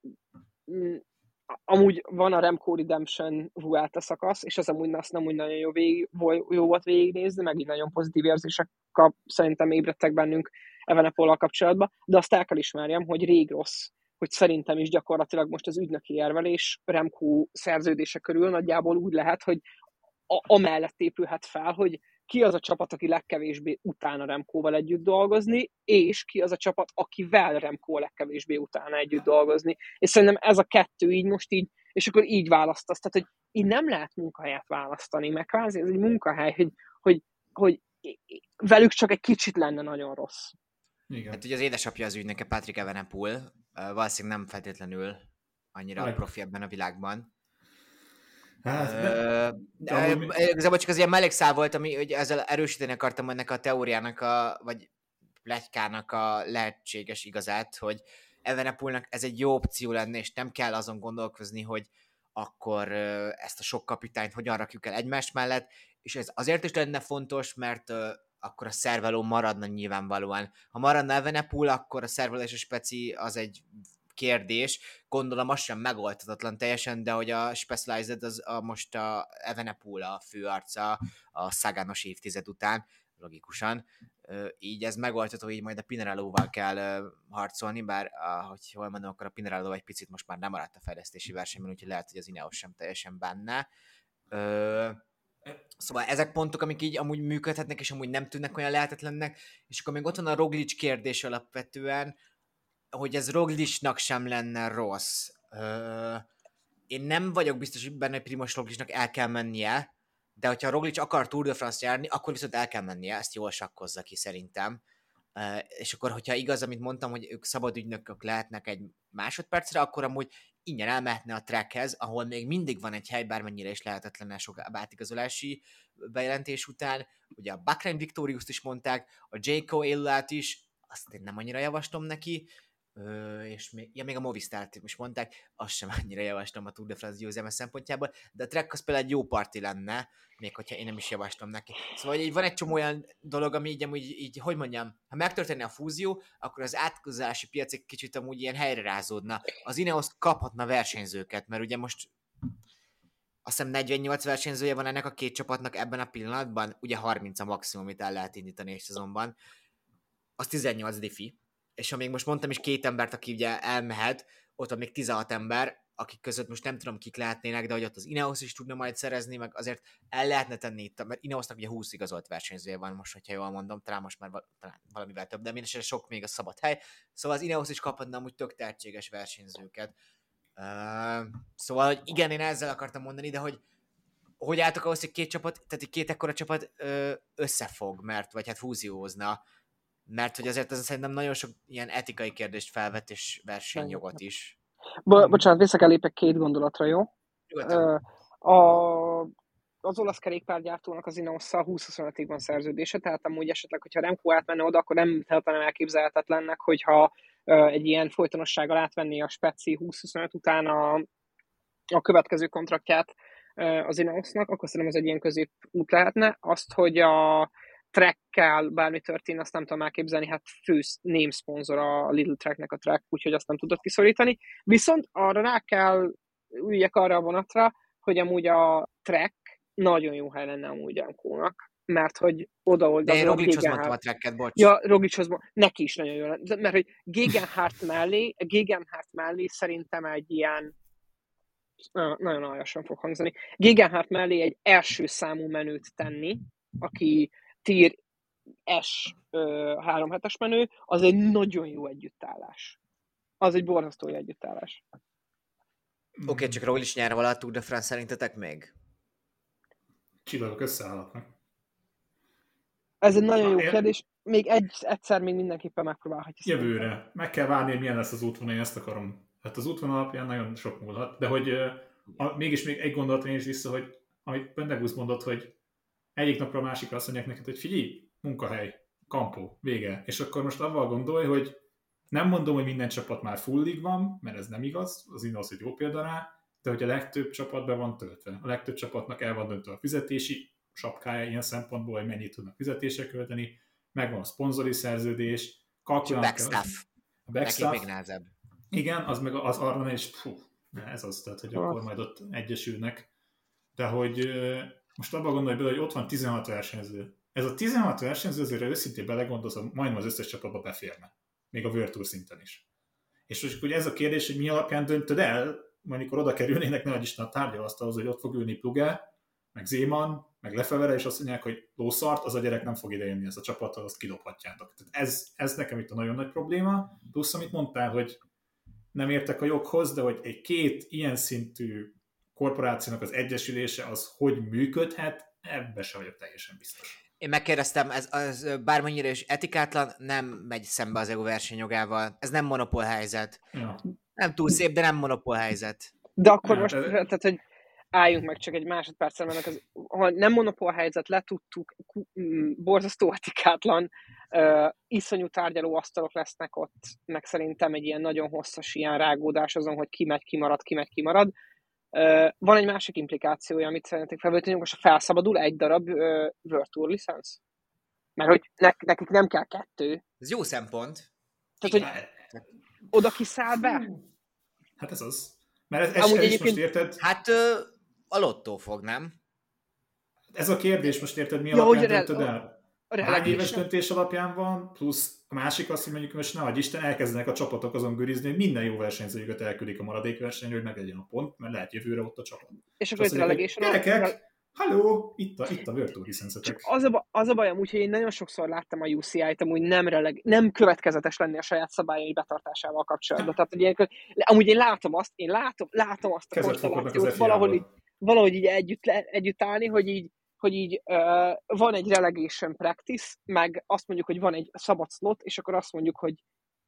amúgy van a Remco Redemption Vuelta szakasz, és az amúgy azt nem úgy nagyon jó, végig, jó volt végignézni, meg így nagyon pozitív érzések kap, szerintem ébredtek bennünk Evenepollal kapcsolatban, de azt el kell ismerjem, hogy rég rossz, hogy szerintem is gyakorlatilag most az ügynöki érvelés Remco szerződése körül nagyjából úgy lehet, hogy a, amellett épülhet fel, hogy ki az a csapat, aki legkevésbé utána Remkóval együtt dolgozni, és ki az a csapat, akivel Remkó legkevésbé utána együtt dolgozni. És szerintem ez a kettő így most így, és akkor így választasz. Tehát, hogy így nem lehet munkahelyet választani, meg kvázi ez egy munkahely, hogy, hogy, hogy velük csak egy kicsit lenne nagyon rossz. Igen. Hát ugye az édesapja az ügynöke, Patrick Evenepoel, valószínűleg nem feltétlenül annyira Aj. profi ebben a világban. Hát, igazából csak az ilyen mellékszál volt, ami hogy ezzel erősíteni akartam ennek a teóriának, a, vagy pletykának a lehetséges igazát, hogy Evenepoelnak ez egy jó opció lenne, és nem kell azon gondolkozni, hogy akkor ezt a sok kapitányt hogyan rakjuk el egymás mellett, és ez azért is lenne fontos, mert akkor a szerveló maradna nyilvánvalóan. Ha maradna Evenepoel, akkor a szervelő és a speci az egy kérdés, gondolom az sem megoldhatatlan teljesen, de hogy a Specialized az a, most a Evenepoel a főarca a Sagános évtized után, logikusan. Így ez megoldható, így majd a Pinarello-val kell harcolni, bár ahogy jól mondom, akkor a Pinarello egy picit most már nem maradt a fejlesztési versenyben, úgyhogy lehet, hogy az Ineos sem teljesen benne. Szóval ezek pontok, amik így amúgy működhetnek, és amúgy nem tűnnek olyan lehetetlennek, és akkor még ott van a Roglic kérdés alapvetően, hogy ez Roglicnak sem lenne rossz. Ö, én nem vagyok biztos benne, hogy Primož Roglicnak el kell mennie, de hogyha Roglic akar Tour de France járni, akkor viszont el kell mennie, ezt jól sakkozza ki szerintem. Ö, és akkor, hogyha igaz, amit mondtam, hogy ők szabad ügynökök lehetnek egy másodpercre, akkor amúgy ingyen elmehetne a Trekhez, ahol még mindig van egy hely, bármennyire is lehetetlen sok átigazolási bejelentés után. Ugye a Bahrain Victorious-t is mondták, a Jayco Eulát is, azt én nem annyira javaslom neki, Ö, és még, ja, még a Movistárt is mondták, azt sem annyira javaslom a Tour de France győzelme szempontjából, de a Trek az például egy jó parti lenne, még hogyha én nem is javaslom neki. Szóval így van egy csomó olyan dolog, ami így, amúgy, így, hogy mondjam, ha megtörténne a fúzió, akkor az átközási piac egy kicsit amúgy ilyen helyre rázódna. Az Ineos kaphatna versenyzőket, mert ugye most azt hiszem negyvennyolc versenyzője van ennek a két csapatnak ebben a pillanatban, ugye harminc a maximum, amit el lehet indítani egy szezonban, az tizennyolc diffi. És ha még most mondtam is két embert, aki ugye elmehet, ott van még tizenhat ember, akik között most nem tudom, kik lehetnének, de hogy ott az Ineos is tudna majd szerezni, meg azért el lehetne tenni itt, mert Ineosnak ugye húsz igazolt versenyzője van most, hogyha jól mondom, talán most már val- talán valamivel több, de mindesetre sok még a szabad hely. Szóval az Ineos is kaphatna amúgy tök tehetséges versenyzőket. Uh, szóval, hogy igen, én ezzel akartam mondani, de hogy hogy álltok ahhoz, hogy két csapat, tehát két ekkora csapat ö, összefog, mert, vagy hát fúziózna, mert hogy azért ez szerintem nagyon sok ilyen etikai kérdést felvet, és versenyjogot is. Bo- bocsánat, vissza kell lépek két gondolatra, jó? Uh, a, az olasz kerékpárgyártónak az Ineosszal húsz-huszonötig van szerződése, tehát amúgy esetleg, hogyha Remco átmenne oda, akkor nem tehetem elképzelhetetlennek, hogyha uh, egy ilyen folytonossággal átvenné a Speci húsz-huszonöt után a, a következő kontraktját uh, az Ineosznak, akkor szerintem ez egy ilyen középút lehetne. Azt, hogy a Trekkel bármi történt, azt nem tudom elképzelni, hát fő name szponzor a Little Treknek a Trek, úgyhogy azt nem tudod kiszorítani. Viszont arra rá kell üljek arra a vonatra, hogy amúgy a Trek nagyon jó hely lenne amúgy Remkónak, mert hogy oda-oldalra... De én Roglicshoz mondtam a Treket, bocs. Ja, Roglicshoz mondtam, neki is nagyon jó lenne, mert hogy Gegenhardt mellé, Gegenhardt mellé szerintem egy ilyen nagyon aljasan fog hangzani. Gegenhardt mellé egy első számú menőt tenni, aki Tier S három hetes menő, az egy nagyon jó együttállás. Az egy borzasztó jó együttállás. Oké, okay, csak Roglic nyer vala a Tour de France szerintetek még? Csillagok összeállhatnak. Ez egy nagyon jó kérdés. még egy, egyszer még mindenképpen megpróbálhatja. Jövőre. Meg kell várni, hogy milyen lesz az útvonal, én ezt akarom. Hát az útvonal alapján nagyon sok múlhat, de hogy a, mégis még egy gondolat én is vissza, hogy amit Pendegusz mondott, hogy egyik napra a másikra azt mondják neked, hogy figyelj, munkahely, kampó, vége. És akkor most avval gondolj, hogy nem mondom, hogy minden csapat már fullig van, mert ez nem igaz, az igaz, hogy jó példa rá, de hogy a legtöbb csapat be van töltve. A legtöbb csapatnak el van döntve a fizetési sapkája ilyen szempontból, hogy mennyit tudnak fizetésre költeni, megvan a szponzori szerződés, kalkulálnak. Backstaff. A backstaff. Nekik még nehezebb. Igen, az meg az arra ne is, fú, ez az, tehát, hogy akkor majd ott egyesülnek. De hogy most abban gondolj bele, hogy ott van tizenhat versenyző. Ez a tizenhat versenyző, azért őszintén belegondolsz, majdnem az összes csapatba beférne. Még a World Tour szinten is. És most ugye ez a kérdés, hogy mi alapján döntöd el, amikor oda kerülnének, nehogy Isten a tárgyalasztalhoz, hogy ott fog ülni Plugge, meg Zeeman, meg Lefevere, és azt mondják, hogy lószart, az a gyerek nem fog idejönni ez a csapattal, azt kidobhatjátok. Tehát ez, ez nekem itt a nagyon nagy probléma. Plusz, amit mondtál, hogy nem értek a joghoz, de hogy egy két ilyen szintű korporációnak az egyesülése az hogy működhet, ebbe se vagyok teljesen biztos. Én megkérdeztem, ez az bármennyire is etikátlan, nem megy szembe az é u versenyjogával. Ez nem monopól helyzet. Ja. Nem túl szép, de nem monopól helyzet. De akkor Ja, most, de... tehát, hogy álljunk meg csak egy másodpercre, mert az, ha nem monopól helyzet, letudtuk, borzasztó etikátlan, uh, iszonyú tárgyalóasztalok lesznek ott, meg szerintem egy ilyen nagyon hosszas ilyen rágódás azon, hogy ki megy, ki marad, ki megy, ki marad. Uh, van egy másik implikációja, amit szeretnék felvetni, most felszabadul egy darab uh, World Tour licensz. Mert hogy ne, nekik nem kell kettő. Ez jó szempont. Tehát, hogy oda kiszáll be? Hát ez az. Mert ez, ez, ez egyébként... most érted? Hát a lottó fog, nem? Ez a kérdés, most érted, mi ja, alapján re- döntöd el? A Hány éves döntés alapján van, plusz a másik az, hogy mondjuk most ne adj Isten, elkezdenek a csapatok azon görizni, hogy minden jó versenyzőjüket elküldik a maradék versenyre, hogy meglegyen a pont, mert lehet jövőre ott a csapat. És akkor itt relegation gyerekek, halló, itt a, itt a World Tour licencetek. Az a, az a bajom, úgyhogy én nagyon sokszor láttam a u cé i-t, amúgy nem, releg, nem következetes lenni a saját szabályai betartásával kapcsolatban. Tehát, hogy ilyenkor, amúgy én látom azt, én látom, látom azt a konstellációt, valahogy így, valahogy így együtt, együtt állni, hogy így hogy így uh, van egy relegation practice, meg azt mondjuk, hogy van egy szabad slot, és akkor azt mondjuk, hogy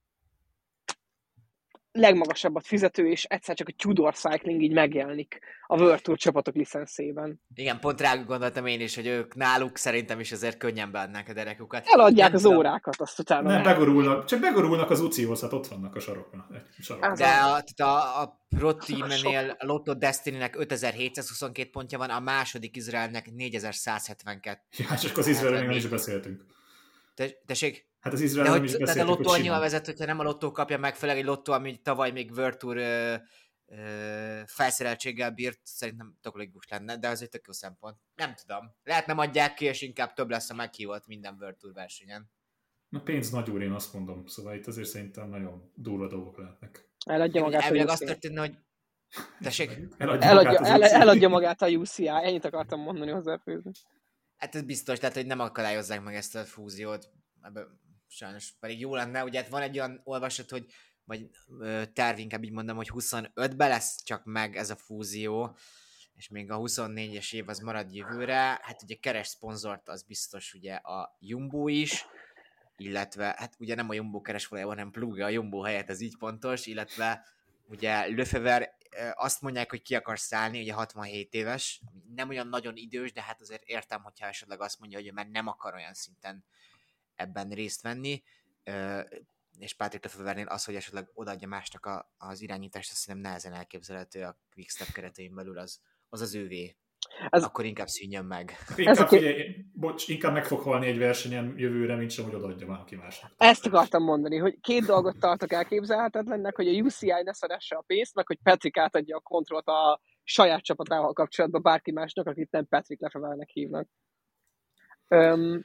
legmagasabbat fizető, és egyszer csak a Tudor Cycling így megjelenik a World Tour csapatok licenszében. Igen, pont rá gondoltam én is, hogy ők náluk szerintem is azért könnyen beadnák a derekukat. Eladják nem az tudom. órákat, azt utána. Nem, begorulnak, csak begorulnak az u cé i-hoz, hát ott vannak a sarokban. sarokban. De a, a, a Pro Team-nél a Lotto Destiny-nek ötezer-hétszázhuszonkettő pontja van, a második Izraelnek négyezer-százhetvenkettő. Ja, csak az Izraelről még nem is beszéltünk. Tessék? Hát az Izraelről nem is beszéltünk. Tehát a Lotto annyival vezet, hogyha nem a Lotto kapja meg, főleg egy Lotto, ami tavaly még World Tour ö, ö, felszereltséggel bírt, szerintem tök logikus lenne, de az egy tök jó szempont. Nem tudom. Lehet nem adják ki, és inkább több lesz a meghívott minden World Tour versenyen. Na pénz nagy úr, én azt mondom. Szóval itt azért szerintem nagyon durva dolgok lehetnek. Eladja magát elvileg a azt történne, hogy... Tessék? Eladja, eladja, magát el, eladja magát a u cé i, ennyit akartam mondani hozzáfőzni. Hát ez biztos, tehát hogy nem akadályozzák meg ezt a fúziót. Ebből sajnos pedig jó lenne, ugye hát van egy olyan olvasat, hogy vagy ö, terv, inkább így mondom, hogy huszonötben lesz csak meg ez a fúzió, és még a huszonnégyes év az marad jövőre. Hát ugye keres szponzort, az biztos ugye a Jumbo is, illetve, hát ugye nem a Jumbo keres valójában, hanem Plugge a Jumbo helyett, ez így pontos, illetve ugye Lefevere azt mondják, hogy ki akar szállni, ugye hatvanhét éves, nem olyan nagyon idős, de hát azért értem, hogyha esetleg azt mondja, hogy ő már nem akar olyan szinten ebben részt venni, és Patrick Lefevere-nél az, hogy esetleg odaadja másnak a, az irányítást, azt hiszem nehezen elképzelhető a Quickstep keretein belül, az az, az ővé. Ez... Akkor inkább szűnjön meg. Inkább, figyelj, bocs, inkább meg fog halni egy versenyen jövőre, mint sem, hogy odaadja valaki másnak. Ezt akartam mondani, hogy két dolgot tartok elképzelhetetlennek, hogy a u cé i ne szeresse a pénzt, meg hogy Patrick átadja a kontrollt a saját csapatával kapcsolatban bárki másnak, akit nem Patrick Lefevere-nek hívnak. Um,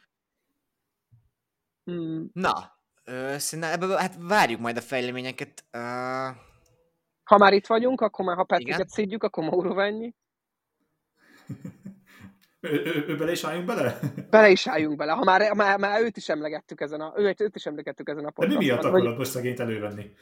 hmm. Na, ö, szerintem ebből, hát várjuk majd a fejleményeket. Uh... Ha már itt vagyunk, akkor már ha Patricket szidjuk, akkor Mauro Vegni. Ő, ő, ő bele is álljunk bele? Bele is álljunk bele. Ha már, már, már őt is emlegettük ezen a, őt, őt is emlegettük ezen a ponton. De mi miatt akarod most szegényt elővenni?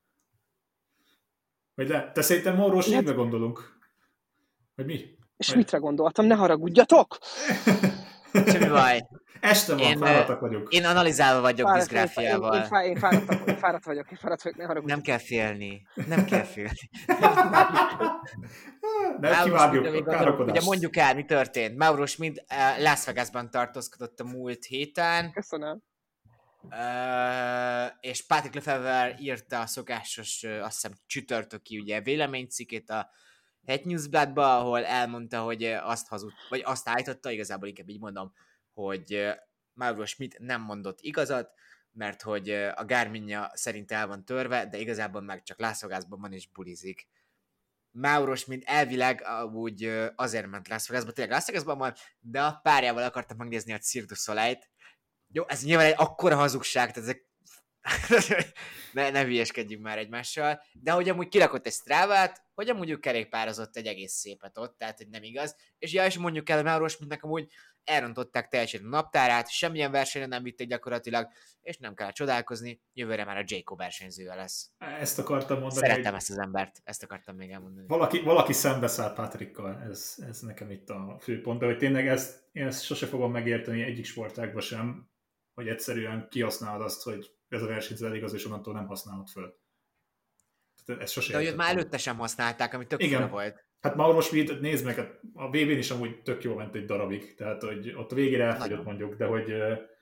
Vagy le? Te szerintem Maurós hát... évre gondolunk. Vagy mi? És Vagy... mitre gondoltam? Ne haragudjatok! Semmi baj. Este van, Én, fáradtak vagyunk. Én analizálva vagyok Fáradt- diszgráfiával. Én, én, fá- én, fáradt, vagyok, én fáradt vagyok, én fáradt vagyok, ne haragudj. Nem kell félni. Nem kell félni. Ne Mauro kivágjuk Schmidt, a ugye károkodást. mondjuk el, mi történt. Mauro Schmidt uh, Las Vegasban tartózkodott a múlt héten, Köszönöm. uh, és Patrick Lefebvre írta a szokásos, uh, azt hiszem csütörtöki ugye véleménycikkét a Het Newsbladba, ahol elmondta, hogy uh, azt hazud, vagy azt állította, igazából inkább így mondom, hogy uh, Mauro Schmidt nem mondott igazat, mert hogy uh, a Garminja szerint el van törve, de igazából meg csak Las Vegasban van és bulizik. Mauro Schmidt elvileg úgy uh, azért ment Las Vegasba, tényleg Las Vegasban van, de a párjával akartam megnézni a Cirque du Soleil-t. Jó, ez nyilván egy akkora hazugság, tehát ezek... ne, ne hülyeskedjünk már egymással, de hogy amúgy kirakott egy Strávát, hogy amúgy ő kerékpározott egy egész szépet ott, tehát hogy nem igaz. És ja, és mondjuk el, Mauro Schmidtnek amúgy elrontották teljesen a naptárát, semmilyen versenyre nem vitték gyakorlatilag, és nem kell csodálkozni, jövőre már a Jayco versenyzője lesz. Ezt akartam mondani. Szeretem hogy ezt az embert, ezt akartam még elmondani. Valaki, valaki szembeszáll Patrickkal, ez, ez nekem itt a fő pont, de hogy tényleg ezt, én ezt sose fogom megérteni egyik sportágban sem, hogy egyszerűen kihasználod azt, hogy ez a versenyző elég az, és onnantól nem használod föl. Tehát ezt sose De hogy értettem. már előtte sem használták, ami tök Igen. fura volt. Hát Mauro Schmidt, nézd meg, hát a vé bén is amúgy tök jól ment egy darabig, tehát hogy ott a végére elfogyott mondjuk, de hogy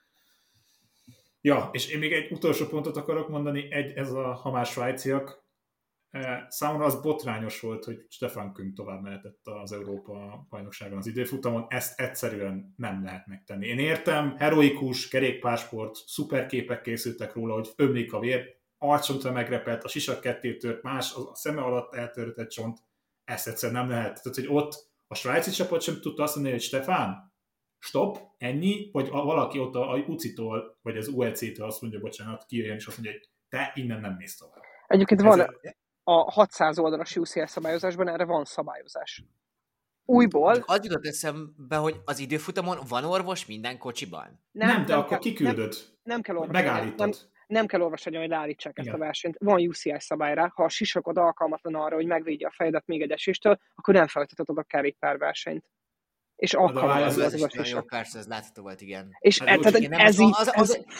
ja, és én még egy utolsó pontot akarok mondani, egy, ez a ha már svájciak, számomra az botrányos volt, hogy Stefan Küng tovább mehetett az Európa bajnokságon az időfutamon, ezt egyszerűen nem lehet megtenni. Én értem, heroikus, kerékpársport, szuperképek készültek róla, hogy ömlik a vér, arcsontra megrepelt, a sisak ketté tört, más, a szeme alatt eltört egy csont, ezt egyszerűen nem lehet. Tehát, hogy ott a svájci csapat sem tudta azt mondani, hogy Stefán, stop, ennyi, vagy a, valaki ott a, a u cé i-tól, vagy az u e cé-től azt mondja, bocsánat, kijöjjön és azt mondja, hogy te innen nem mész tovább. Egyébként van Ez- a hatszáz oldalas u cé i szabályozásban, erre van szabályozás. Újból. Csak az jutott eszembe, hogy az időfutamon van orvos minden kocsiban. Nem, nem de akkor kell, kiküldöd. Nem, nem kell olvasni. Megállítod. Nem, nem kell olvasni, hogy leállítsák ezt Igen. a versenyt. Van u cé i szabály rá, ha a sisakod alkalmatlan arra, hogy megvédje a fejedet még egy eséstől, akkor nem feltetted a kerékpárversenyt. És várj, alkalmatlan ez- az, Ez az, is a nagyon jó, sisak. persze, ez látható volt, igen. És Hát e, úgy, tehát igen, nem, ez az- így... az- Ez, az-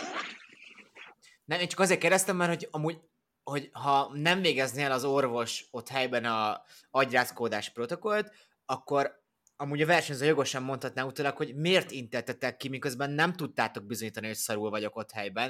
Nem, én csak azért kérdeztem, mert hogy amúgy, hogy ha nem végeznél az orvos ott helyben a agyrázkódás protokollt, akkor amúgy a versenyző jogosan mondhatná utólag, hogy miért intettetek ki, miközben nem tudtátok bizonyítani, hogy szarul vagyok ott helyben,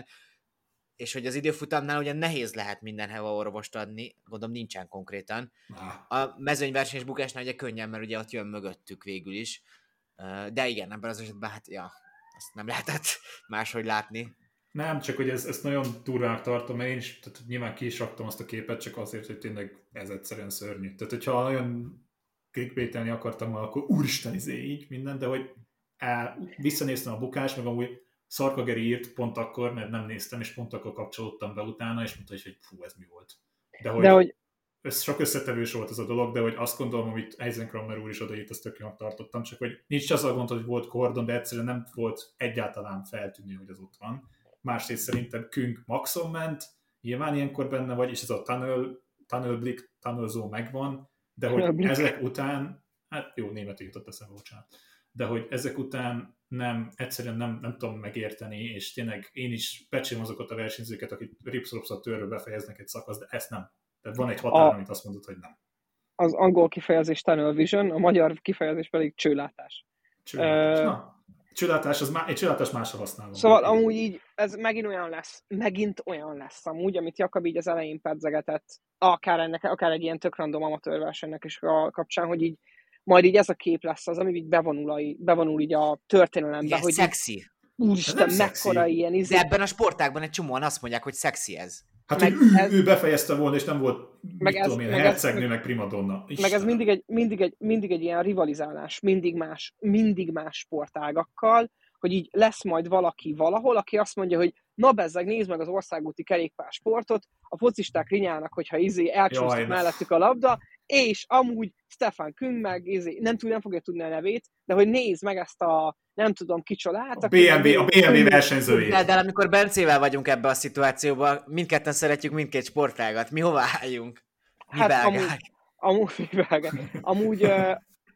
és hogy az időfutamnál ugye nehéz lehet mindenhova orvost adni, gondolom nincsen konkrétan. Ah, A mezőnyversenyes bukásnál ugye könnyen, mert ugye ott jön mögöttük végül is. Ö, De igen, ebben az esetben hát, ja, azt nem lehetett máshogy látni. nem, csak hogy ez, ezt nagyon durvának tartom, mert én is, tehát nyilván ki is raktam azt a képet, csak azért, hogy tényleg ez egyszerűen szörnyű. Tehát, hogyha nagyon clickbaitelni akartam volna, akkor úristen, izé így minden, de hogy el, visszanéztem a bukást, meg amúgy Szarka Geri írt pont akkor, mert nem néztem, és pont akkor kapcsolódtam be utána, és mondta, hogy fú, ez mi volt. De hogy, de hogy ez sok összetevős volt ez a dolog, de hogy azt gondolom, amit Eisenkramer úr is odaírt, azt tök jónak tartottam, csak hogy nincs az a gond, hogy volt kordon, de egyszerűen nem volt egyáltalán feltűnő, hogy az ott van. Másrészt szerintem Küng maxon ment, nyilván ilyenkor benne vagy, és ez a tunnel, tunnel blick, tunnel zone megvan, de hogy Tunnel ezek után, hát jó, németül jutott eszembe, bocsánat, de hogy ezek után nem, egyszerűen nem, nem tudom megérteni, és tényleg én is becsém azokat a versenyzőket, akik ripszropszat törről befejeznek egy szakasz, de ezt nem. Tehát van egy határ, A- amit azt mondod, hogy nem. az angol kifejezés tunnel vision, a magyar kifejezés pedig csőlátás. Csőlátás. Ö, Na, csőlátás, az má, egy csőlátás másra használom. Szóval amúgy így, ez megint olyan lesz, megint olyan lesz amúgy, amit Jakab így az elején pedzegetett, akár, ennek, akár egy ilyen tök random amatőrversenynek is a kapcsán, hogy így majd így ez a kép lesz az, ami így bevonul, a, bevonul így a történelembe, Igen, hogy így, szexi. úristen, Nem mekkora szexi. ilyen izé. De ebben a sportágban egy csomóan azt mondják, hogy szexi ez. Hát, meg hogy ő, ez- ő befejezte volna, és nem volt, meg mit ez- tudom én, meg ez- hercegnő, meg primadonna. Meg ez Istenem. mindig egy, mindig, egy, mindig egy ilyen rivalizálás, mindig más, mindig más sportágakkal, hogy így lesz majd valaki valahol, aki azt mondja, hogy na bezzeg, nézd meg az országúti kerékpársportot, a focisták rinyálnak, hogyha izé elcsúszik Jaj, ne. mellettük a labda, és amúgy Stefan Küng meg izé, nem, tud, nem fogja tudni a nevét, de hogy nézd meg ezt a nem tudom kicsodát. A bé em vé, a bé em vé versenyzőjét. De, de amikor Bencével vagyunk ebbe a szituációban, mindketten szeretjük mindkét sportágat. Mi hova álljunk? Mi Hát belgák? amúgy, amúgy, amúgy, ö,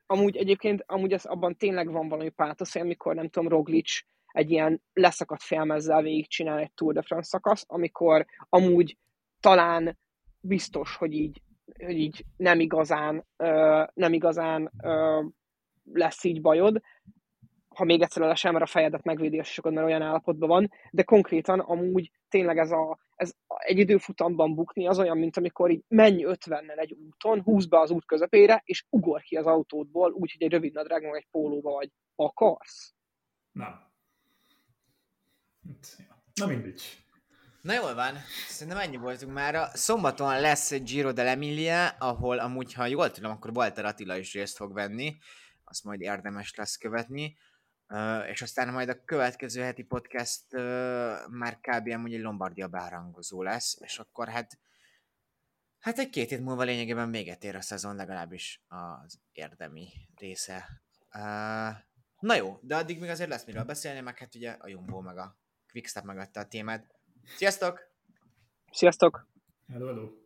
amúgy egyébként, amúgy ez, abban tényleg van valami pátosz, amikor nem tudom, Roglic egy ilyen leszakadt félmezzel végigcsinál egy Tour de France szakasz, amikor amúgy talán biztos, hogy így, hogy így nem igazán, uh, nem igazán uh, lesz így bajod, ha még egyszer lesem, mert a fejedet megvédi a sisakod, mert olyan állapotban van, de konkrétan amúgy tényleg ez, a, ez egy időfutamban bukni az olyan, mint amikor így menj ötvennel egy úton, húzd be az út közepére, és ugor ki az autódból, úgyhogy egy rövid nadrágban, egy pólóba vagy. Akarsz? Nem. Na mindegy. Na jól van, szerintem ennyi voltunk már. Szombaton lesz egy Giro dell'Emilia, ahol amúgy, ha jól tudom, akkor Walter Attila is részt fog venni, azt majd érdemes lesz követni. Uh, és aztán majd a következő heti podcast uh, már kb. Amúgy egy Lombardia beharangozó lesz, és akkor hát hát egy két hét múlva lényegében véget ér a szezon, legalábbis az érdemi része. Uh, na jó, de addig még azért lesz miről beszélni, meg hát ugye a Jumbo meg a Quickstep megadta a témát. Sziasztok! Sziasztok! Hello, hello.